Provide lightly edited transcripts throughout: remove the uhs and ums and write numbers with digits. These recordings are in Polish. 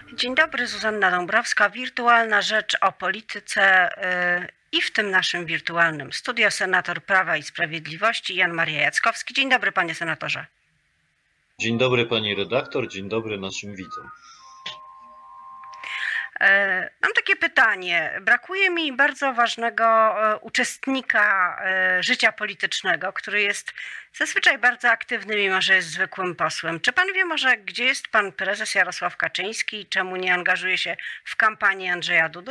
Dzień dobry, Zuzanna Dąbrowska, wirtualna rzecz o polityce i w tym naszym wirtualnym studio senator Prawa i Sprawiedliwości Jan Maria Jackowski. Dzień dobry, panie senatorze. Dzień dobry pani redaktor, dzień dobry naszym widzom. Mam takie pytanie. Brakuje mi bardzo ważnego uczestnika życia politycznego, który jest zazwyczaj bardzo aktywny, mimo że jest zwykłym posłem. Czy pan wie może, gdzie jest pan prezes Jarosław Kaczyński i czemu nie angażuje się w kampanię Andrzeja Dudy?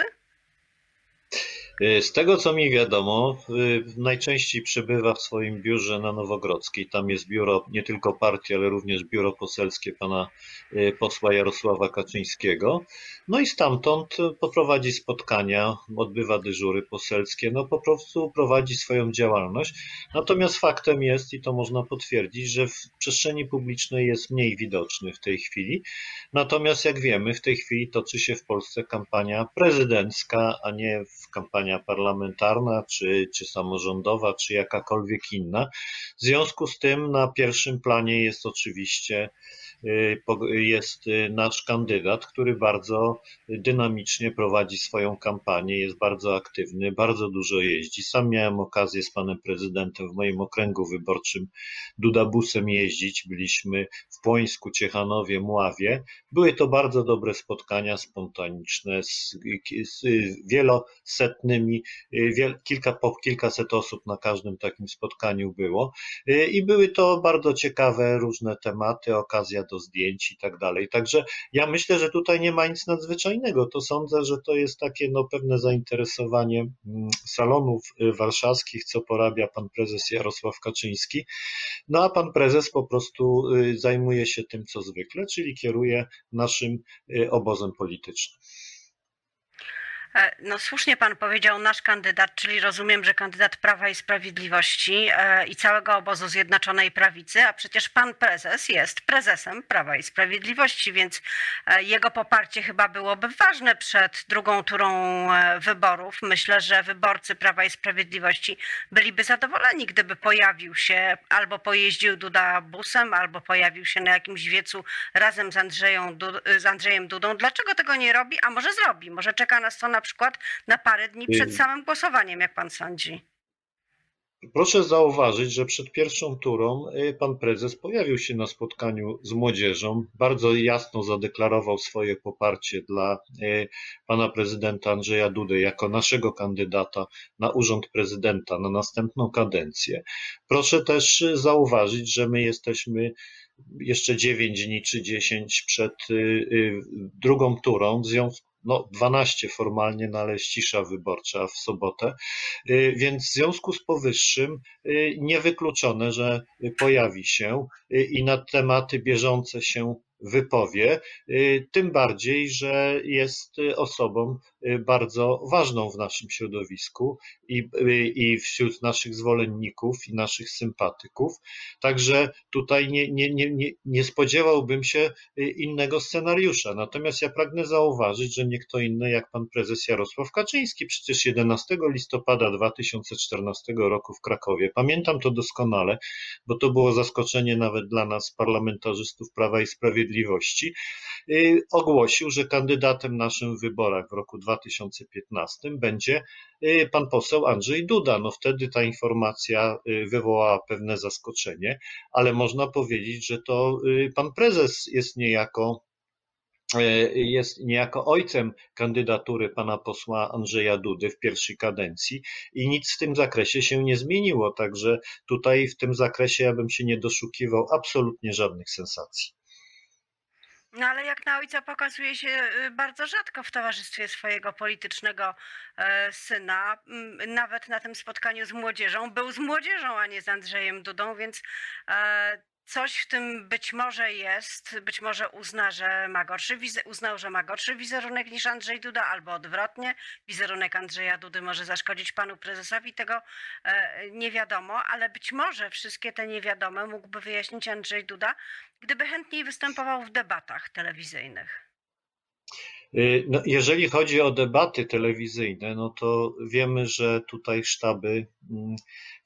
Z tego co mi wiadomo, najczęściej przebywa w swoim biurze na Nowogrodzkiej. Tam jest biuro nie tylko partii, ale również biuro poselskie pana posła Jarosława Kaczyńskiego. No i stamtąd poprowadzi spotkania, odbywa dyżury poselskie, no po prostu prowadzi swoją działalność. Natomiast faktem jest, i to można potwierdzić, że w przestrzeni publicznej jest mniej widoczny w tej chwili. Natomiast jak wiemy, w tej chwili toczy się w Polsce kampania prezydencka, a nie kampania parlamentarna, czy samorządowa, czy jakakolwiek inna. W związku z tym na pierwszym planie jest oczywiście nasz kandydat, który bardzo dynamicznie prowadzi swoją kampanię, jest bardzo aktywny, bardzo dużo jeździ. Sam miałem okazję z panem prezydentem w moim okręgu wyborczym Dudabusem jeździć. Byliśmy w Płońsku, Ciechanowie, Mławie. Były to bardzo dobre spotkania, spontaniczne, z wielosetnymi, kilkaset osób na każdym takim spotkaniu było. I były to bardzo ciekawe różne tematy, okazja do zdjęć i tak dalej. Także ja myślę, że tutaj nie ma nic nadzwyczajnego. To sądzę, że to jest takie pewne zainteresowanie salonów warszawskich, co porabia pan prezes Jarosław Kaczyński. No a pan prezes po prostu zajmuje się tym, co zwykle, czyli kieruje naszym obozem politycznym. No słusznie pan powiedział nasz kandydat, czyli rozumiem, że kandydat Prawa i Sprawiedliwości i całego obozu Zjednoczonej Prawicy, a przecież pan prezes jest prezesem Prawa i Sprawiedliwości, więc jego poparcie chyba byłoby ważne przed drugą turą wyborów. Myślę, że wyborcy Prawa i Sprawiedliwości byliby zadowoleni, gdyby pojawił się albo pojeździł Duda busem, albo pojawił się na jakimś wiecu razem z Andrzejem Dudą. Dlaczego tego nie robi? A może zrobi? Może czeka nas to na przykład na parę dni przed samym głosowaniem, jak pan sądzi? Proszę zauważyć, że przed pierwszą turą pan prezes pojawił się na spotkaniu z młodzieżą, bardzo jasno zadeklarował swoje poparcie dla pana prezydenta Andrzeja Dudy jako naszego kandydata na urząd prezydenta na następną kadencję. Proszę też zauważyć, że my jesteśmy jeszcze 9 dni czy 10 przed drugą turą, 12 formalnie, no ale jest cisza wyborcza w sobotę, więc w związku z powyższym niewykluczone, że pojawi się i na tematy bieżące się wypowie, tym bardziej, że jest osobą bardzo ważną w naszym środowisku i wśród naszych zwolenników i naszych sympatyków. Także tutaj nie spodziewałbym się innego scenariusza. Natomiast ja pragnę zauważyć, że nie kto inny jak pan prezes Jarosław Kaczyński, przecież 11 listopada 2014 roku w Krakowie, pamiętam to doskonale, bo to było zaskoczenie nawet dla nas, parlamentarzystów Prawa i Sprawiedliwości, ogłosił, że kandydatem naszym w wyborach w roku 2015 będzie pan poseł Andrzej Duda. No wtedy ta informacja wywołała pewne zaskoczenie, ale można powiedzieć, że to pan prezes jest niejako ojcem kandydatury pana posła Andrzeja Dudy w pierwszej kadencji i nic w tym zakresie się nie zmieniło. Także tutaj w tym zakresie ja bym się nie doszukiwał absolutnie żadnych sensacji. No ale jak na ojca pokazuje się bardzo rzadko w towarzystwie swojego politycznego syna. Nawet na tym spotkaniu z młodzieżą był z młodzieżą, a nie z Andrzejem Dudą, więc coś w tym być może jest, być może uznał, że ma gorszy wizerunek niż Andrzej Duda, albo odwrotnie, wizerunek Andrzeja Dudy może zaszkodzić panu prezesowi, tego nie wiadomo, ale być może wszystkie te niewiadome mógłby wyjaśnić Andrzej Duda, gdyby chętniej występował w debatach telewizyjnych. No, jeżeli chodzi o debaty telewizyjne, no to wiemy, że tutaj sztaby w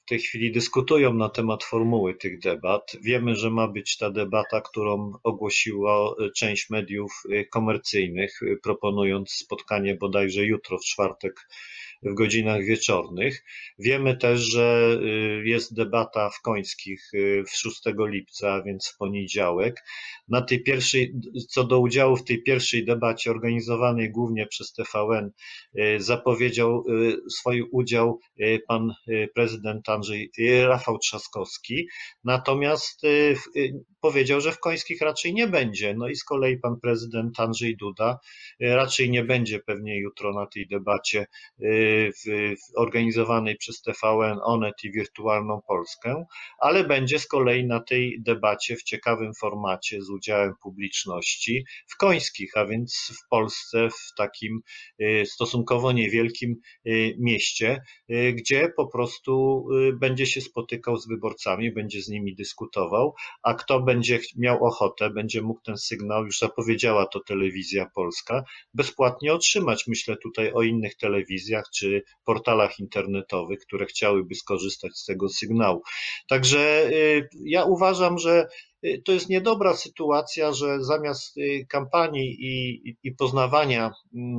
tej chwili dyskutują na temat formuły tych debat. Wiemy, że ma być ta debata, którą ogłosiła część mediów komercyjnych, proponując spotkanie bodajże jutro, w czwartek, w godzinach wieczornych. Wiemy też, że jest debata w Końskich w 6 lipca, więc w poniedziałek. Na tej pierwszej, co do udziału w tej pierwszej debacie organizowanej głównie przez TVN, zapowiedział swój udział pan prezydent Rafał Trzaskowski, natomiast powiedział, że w Końskich raczej nie będzie. No i z kolei pan prezydent Andrzej Duda raczej nie będzie pewnie jutro na tej debacie organizowanej przez TVN, Onet i Wirtualną Polskę, ale będzie z kolei na tej debacie w ciekawym formacie z udziałem publiczności w Końskich, a więc w Polsce, w takim stosunkowo niewielkim mieście, gdzie po prostu będzie się spotykał z wyborcami, będzie z nimi dyskutował, a kto będzie miał ochotę, będzie mógł ten sygnał, już zapowiedziała to Telewizja Polska, bezpłatnie otrzymać. Myślę tutaj o innych telewizjach czy portalach internetowych, które chciałyby skorzystać z tego sygnału. Także ja uważam, że to jest niedobra sytuacja, że zamiast kampanii i poznawania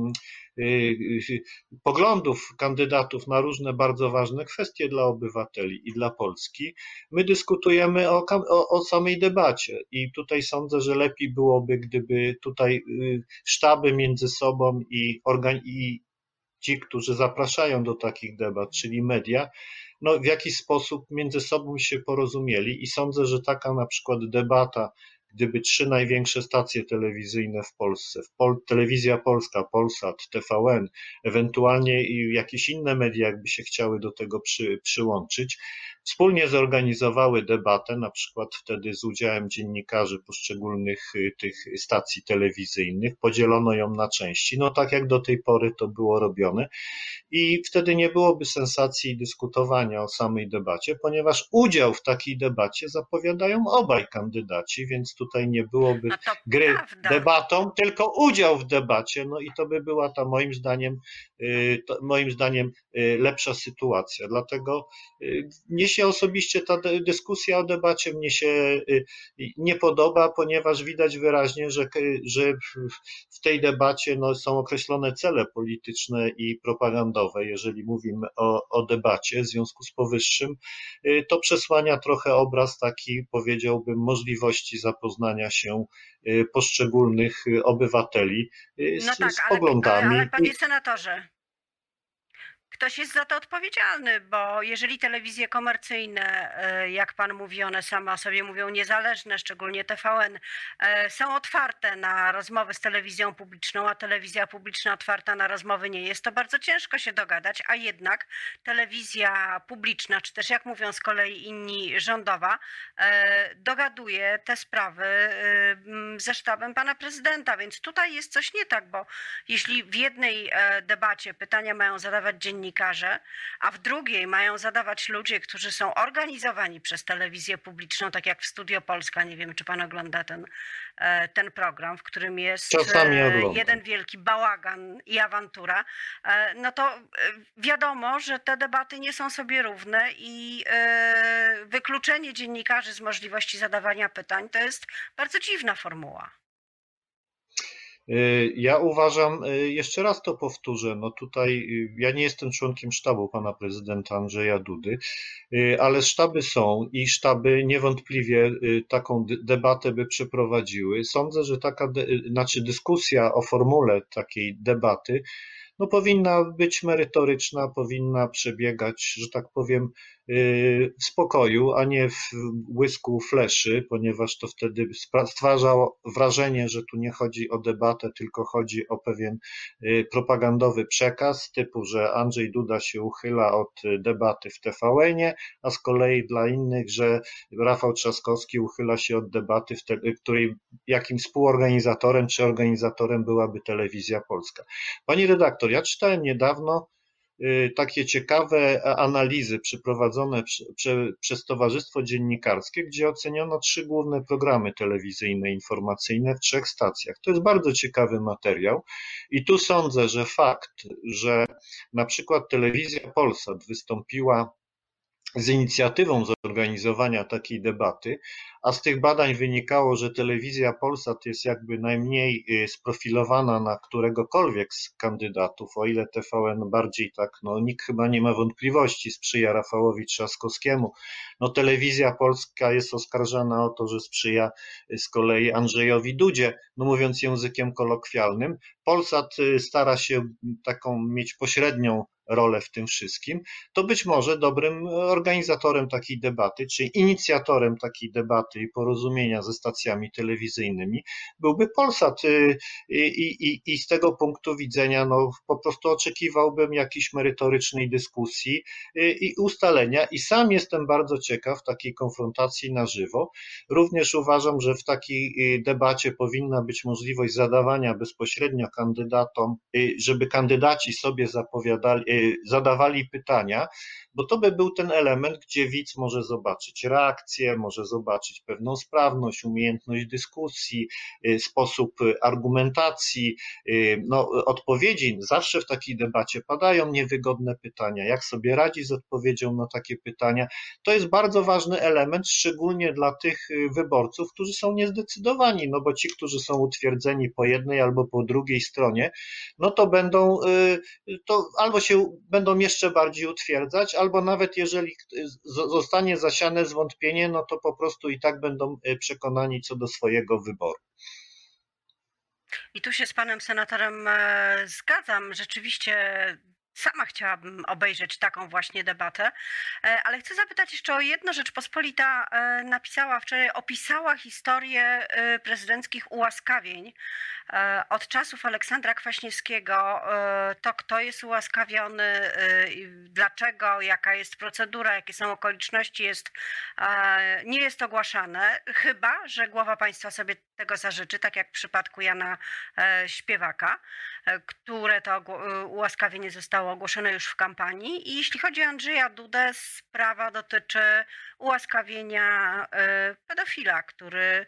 poglądów kandydatów na różne bardzo ważne kwestie dla obywateli i dla Polski, my dyskutujemy o samej debacie i tutaj sądzę, że lepiej byłoby, gdyby tutaj sztaby między sobą i ci, którzy zapraszają do takich debat, czyli media, no w jakiś sposób między sobą się porozumieli i sądzę, że taka na przykład debata, gdyby 3 największe stacje telewizyjne w Polsce, Telewizja Polska, Polsat, TVN, ewentualnie i jakieś inne media, jakby się chciały do tego przyłączyć, wspólnie zorganizowały debatę, na przykład wtedy z udziałem dziennikarzy poszczególnych tych stacji telewizyjnych, podzielono ją na części, no tak jak do tej pory to było robione i wtedy nie byłoby sensacji dyskutowania o samej debacie, ponieważ udział w takiej debacie zapowiadają obaj kandydaci, więc tutaj nie byłoby gry debatą, tylko udział w debacie, no i to by była ta moim zdaniem lepsza sytuacja. Dlatego mnie się osobiście ta dyskusja o debacie mnie się nie podoba, ponieważ widać wyraźnie, że w tej debacie no, są określone cele polityczne i propagandowe, jeżeli mówimy o debacie. W związku z powyższym to przesłania trochę obraz taki, powiedziałbym, możliwości zapoznania się poszczególnych obywateli z poglądami. Ale panie senatorze, ktoś jest za to odpowiedzialny, bo jeżeli telewizje komercyjne, jak pan mówi, one same o sobie mówią niezależne, szczególnie TVN, są otwarte na rozmowy z telewizją publiczną, a telewizja publiczna otwarta na rozmowy nie jest, to bardzo ciężko się dogadać, a jednak telewizja publiczna, czy też jak mówią z kolei inni rządowa, dogaduje te sprawy ze sztabem pana prezydenta, więc tutaj jest coś nie tak, bo jeśli w jednej debacie pytania mają zadawać dziennikarze, a w drugiej mają zadawać ludzie, którzy są organizowani przez telewizję publiczną, tak jak w Studio Polska, nie wiem, czy pan ogląda ten program, w którym jest jeden wielki bałagan i awantura, no to wiadomo, że te debaty nie są sobie równe i wykluczenie dziennikarzy z możliwości zadawania pytań to jest bardzo dziwna formuła. Ja uważam, jeszcze raz to powtórzę, no tutaj ja nie jestem członkiem sztabu pana prezydenta Andrzeja Dudy, ale sztaby są i sztaby niewątpliwie taką debatę by przeprowadziły. Sądzę, że dyskusja o formule takiej debaty no powinna być merytoryczna, powinna przebiegać, że tak powiem, w spokoju, a nie w błysku fleszy, ponieważ to wtedy stwarza wrażenie, że tu nie chodzi o debatę, tylko chodzi o pewien propagandowy przekaz typu, że Andrzej Duda się uchyla od debaty w TVN-ie, a z kolei dla innych, że Rafał Trzaskowski uchyla się od debaty, której jakim współorganizatorem czy organizatorem byłaby Telewizja Polska. Pani redaktor, ja czytałem niedawno takie ciekawe analizy przeprowadzone przez Towarzystwo Dziennikarskie, gdzie oceniono 3 główne programy telewizyjne informacyjne w 3 stacjach. To jest bardzo ciekawy materiał i tu sądzę, że fakt, że na przykład Telewizja Polsat wystąpiła z inicjatywą zorganizowania takiej debaty, a z tych badań wynikało, że telewizja Polsat jest jakby najmniej sprofilowana na któregokolwiek z kandydatów, o ile TVN bardziej tak, no nikt chyba nie ma wątpliwości, sprzyja Rafałowi Trzaskowskiemu. No telewizja polska jest oskarżana o to, że sprzyja z kolei Andrzejowi Dudzie, no mówiąc językiem kolokwialnym. Polsat stara się taką mieć pośrednią rolę w tym wszystkim, to być może dobrym organizatorem takiej debaty, czy inicjatorem takiej debaty i porozumienia ze stacjami telewizyjnymi byłby Polsat. I z tego punktu widzenia no, po prostu oczekiwałbym jakiejś merytorycznej dyskusji i ustalenia i sam jestem bardzo ciekaw takiej konfrontacji na żywo. Również uważam, że w takiej debacie powinna być możliwość zadawania bezpośrednio kandydatom, żeby kandydaci sobie zadawali pytania, bo to by był ten element, gdzie widz może zobaczyć reakcję, może zobaczyć pewną sprawność, umiejętność dyskusji, sposób argumentacji, no, odpowiedzi. Zawsze w takiej debacie padają niewygodne pytania. Jak sobie radzi z odpowiedzią na takie pytania? To jest bardzo ważny element, szczególnie dla tych wyborców, którzy są niezdecydowani, no bo ci, którzy są utwierdzeni po jednej albo po drugiej stronie, no to to albo się będą jeszcze bardziej utwierdzać, albo nawet jeżeli zostanie zasiane zwątpienie, no to po prostu i tak będą przekonani co do swojego wyboru. I tu się z panem senatorem zgadzam. Rzeczywiście sama chciałabym obejrzeć taką właśnie debatę, ale chcę zapytać jeszcze o jedno. Rzeczpospolita napisała wczoraj, opisała historię prezydenckich ułaskawień od czasów Aleksandra Kwaśniewskiego. To, kto jest ułaskawiony, dlaczego, jaka jest procedura, jakie są okoliczności, nie jest ogłaszane, chyba że głowa państwa sobie tego zażyczy, tak jak w przypadku Jana Śpiewaka, które to ułaskawienie zostało ogłoszone już w kampanii. I jeśli chodzi o Andrzeja Dudę, sprawa dotyczy ułaskawienia pedofila, który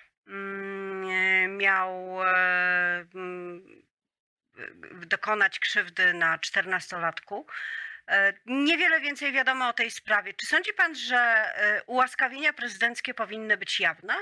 miał dokonać krzywdy na 14-latku. Niewiele więcej wiadomo o tej sprawie. Czy sądzi pan, że ułaskawienia prezydenckie powinny być jawne?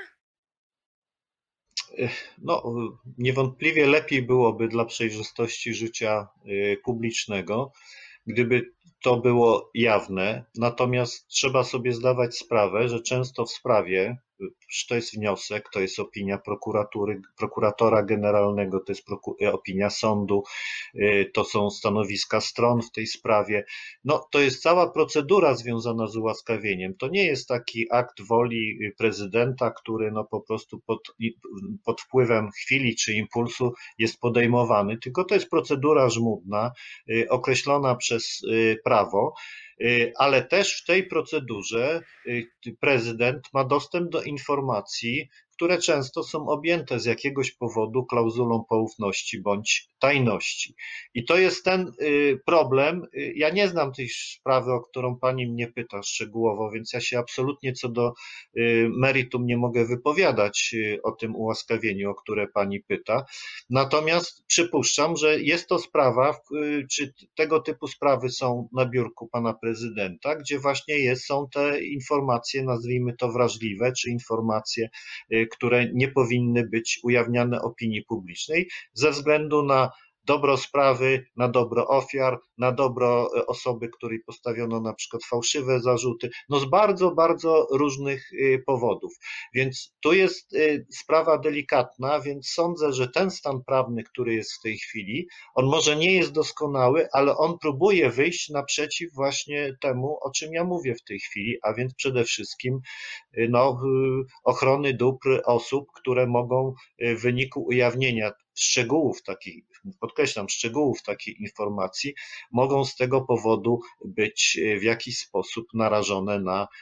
No, niewątpliwie lepiej byłoby dla przejrzystości życia publicznego, gdyby to było jawne, natomiast trzeba sobie zdawać sprawę, że często w sprawie, czy to jest wniosek, to jest opinia prokuratury, prokuratora generalnego, to jest opinia sądu, to są stanowiska stron w tej sprawie. No, to jest cała procedura związana z ułaskawieniem. To nie jest taki akt woli prezydenta, który no po prostu pod wpływem chwili czy impulsu jest podejmowany, tylko to jest procedura żmudna, określona przez prawo, ale też w tej procedurze prezydent ma dostęp do informacji, które często są objęte z jakiegoś powodu klauzulą poufności bądź tajności. I to jest ten problem. Ja nie znam tej sprawy, o którą pani mnie pyta szczegółowo, więc ja się absolutnie co do meritum nie mogę wypowiadać o tym ułaskawieniu, o które pani pyta. Natomiast przypuszczam, że jest to sprawa, czy tego typu sprawy są na biurku pana prezydenta, gdzie właśnie są te informacje, nazwijmy to wrażliwe, czy informacje, które nie powinny być ujawniane opinii publicznej ze względu na dobro sprawy, na dobro ofiar, na dobro osoby, której postawiono na przykład fałszywe zarzuty, no z bardzo, bardzo różnych powodów. Więc tu jest sprawa delikatna, więc sądzę, że ten stan prawny, który jest w tej chwili, on może nie jest doskonały, ale on próbuje wyjść naprzeciw właśnie temu, o czym ja mówię w tej chwili, a więc przede wszystkim no, ochrony dóbr osób, które mogą w wyniku ujawnienia szczegółów takich, podkreślam, szczegółów takiej informacji, mogą z tego powodu być w jakiś sposób narażone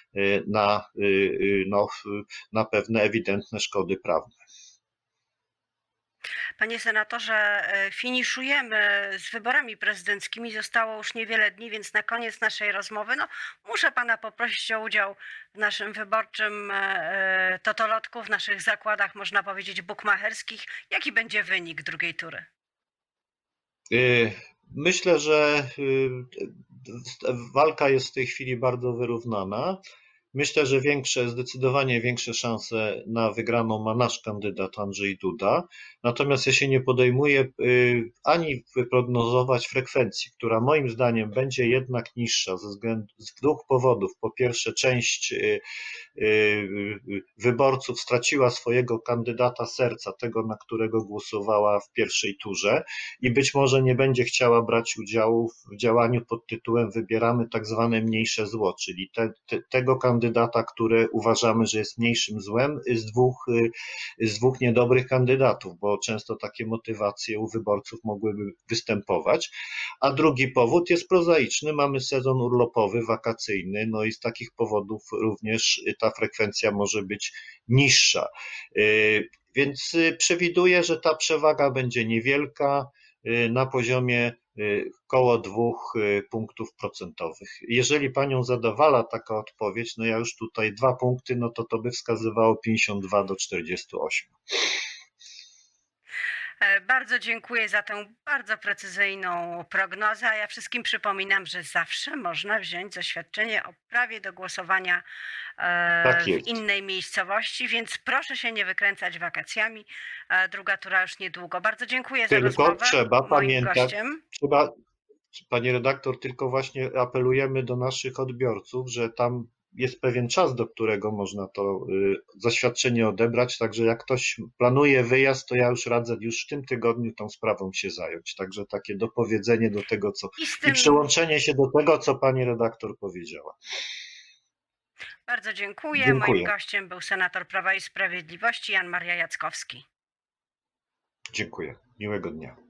na pewne ewidentne szkody prawne. Panie senatorze, finiszujemy z wyborami prezydenckimi. Zostało już niewiele dni, więc na koniec naszej rozmowy muszę pana poprosić o udział w naszym wyborczym totolotku, w naszych zakładach, można powiedzieć, bukmacherskich. Jaki będzie wynik drugiej tury? Myślę, że walka jest w tej chwili bardzo wyrównana. Myślę, że zdecydowanie większe szanse na wygraną ma nasz kandydat Andrzej Duda. Natomiast ja się nie podejmuję ani wyprognozować frekwencji, która moim zdaniem będzie jednak niższa z dwóch powodów. Po pierwsze, część wyborców straciła swojego kandydata serca, tego, na którego głosowała w pierwszej turze i być może nie będzie chciała brać udziału w działaniu pod tytułem wybieramy tak zwane mniejsze zło, czyli tego kandydata, który uważamy, że jest mniejszym złem z dwóch niedobrych kandydatów, bo często takie motywacje u wyborców mogłyby występować. A drugi powód jest prozaiczny, mamy sezon urlopowy, wakacyjny, no i z takich powodów również ta frekwencja może być niższa. Więc przewiduję, że ta przewaga będzie niewielka, na poziomie koło 2 punktów procentowych. Jeżeli panią zadowala taka odpowiedź, no ja już tutaj 2 punkty, no to by wskazywało 52 do 48. Bardzo dziękuję za tę bardzo precyzyjną prognozę, a ja wszystkim przypominam, że zawsze można wziąć zaświadczenie o prawie do głosowania w innej miejscowości, więc proszę się nie wykręcać wakacjami. Druga tura już niedługo. Bardzo dziękuję za rozmowę. Tylko trzeba pamiętać, gościem. Pani redaktor, tylko właśnie apelujemy do naszych odbiorców, że tam jest pewien czas, do którego można to zaświadczenie odebrać, także jak ktoś planuje wyjazd, to ja już radzę już w tym tygodniu tą sprawą się zająć. Także takie dopowiedzenie do tego, i przyłączenie się do tego, co pani redaktor powiedziała. Bardzo dziękuję. Moim gościem był senator Prawa i Sprawiedliwości Jan Maria Jackowski. Dziękuję. Miłego dnia.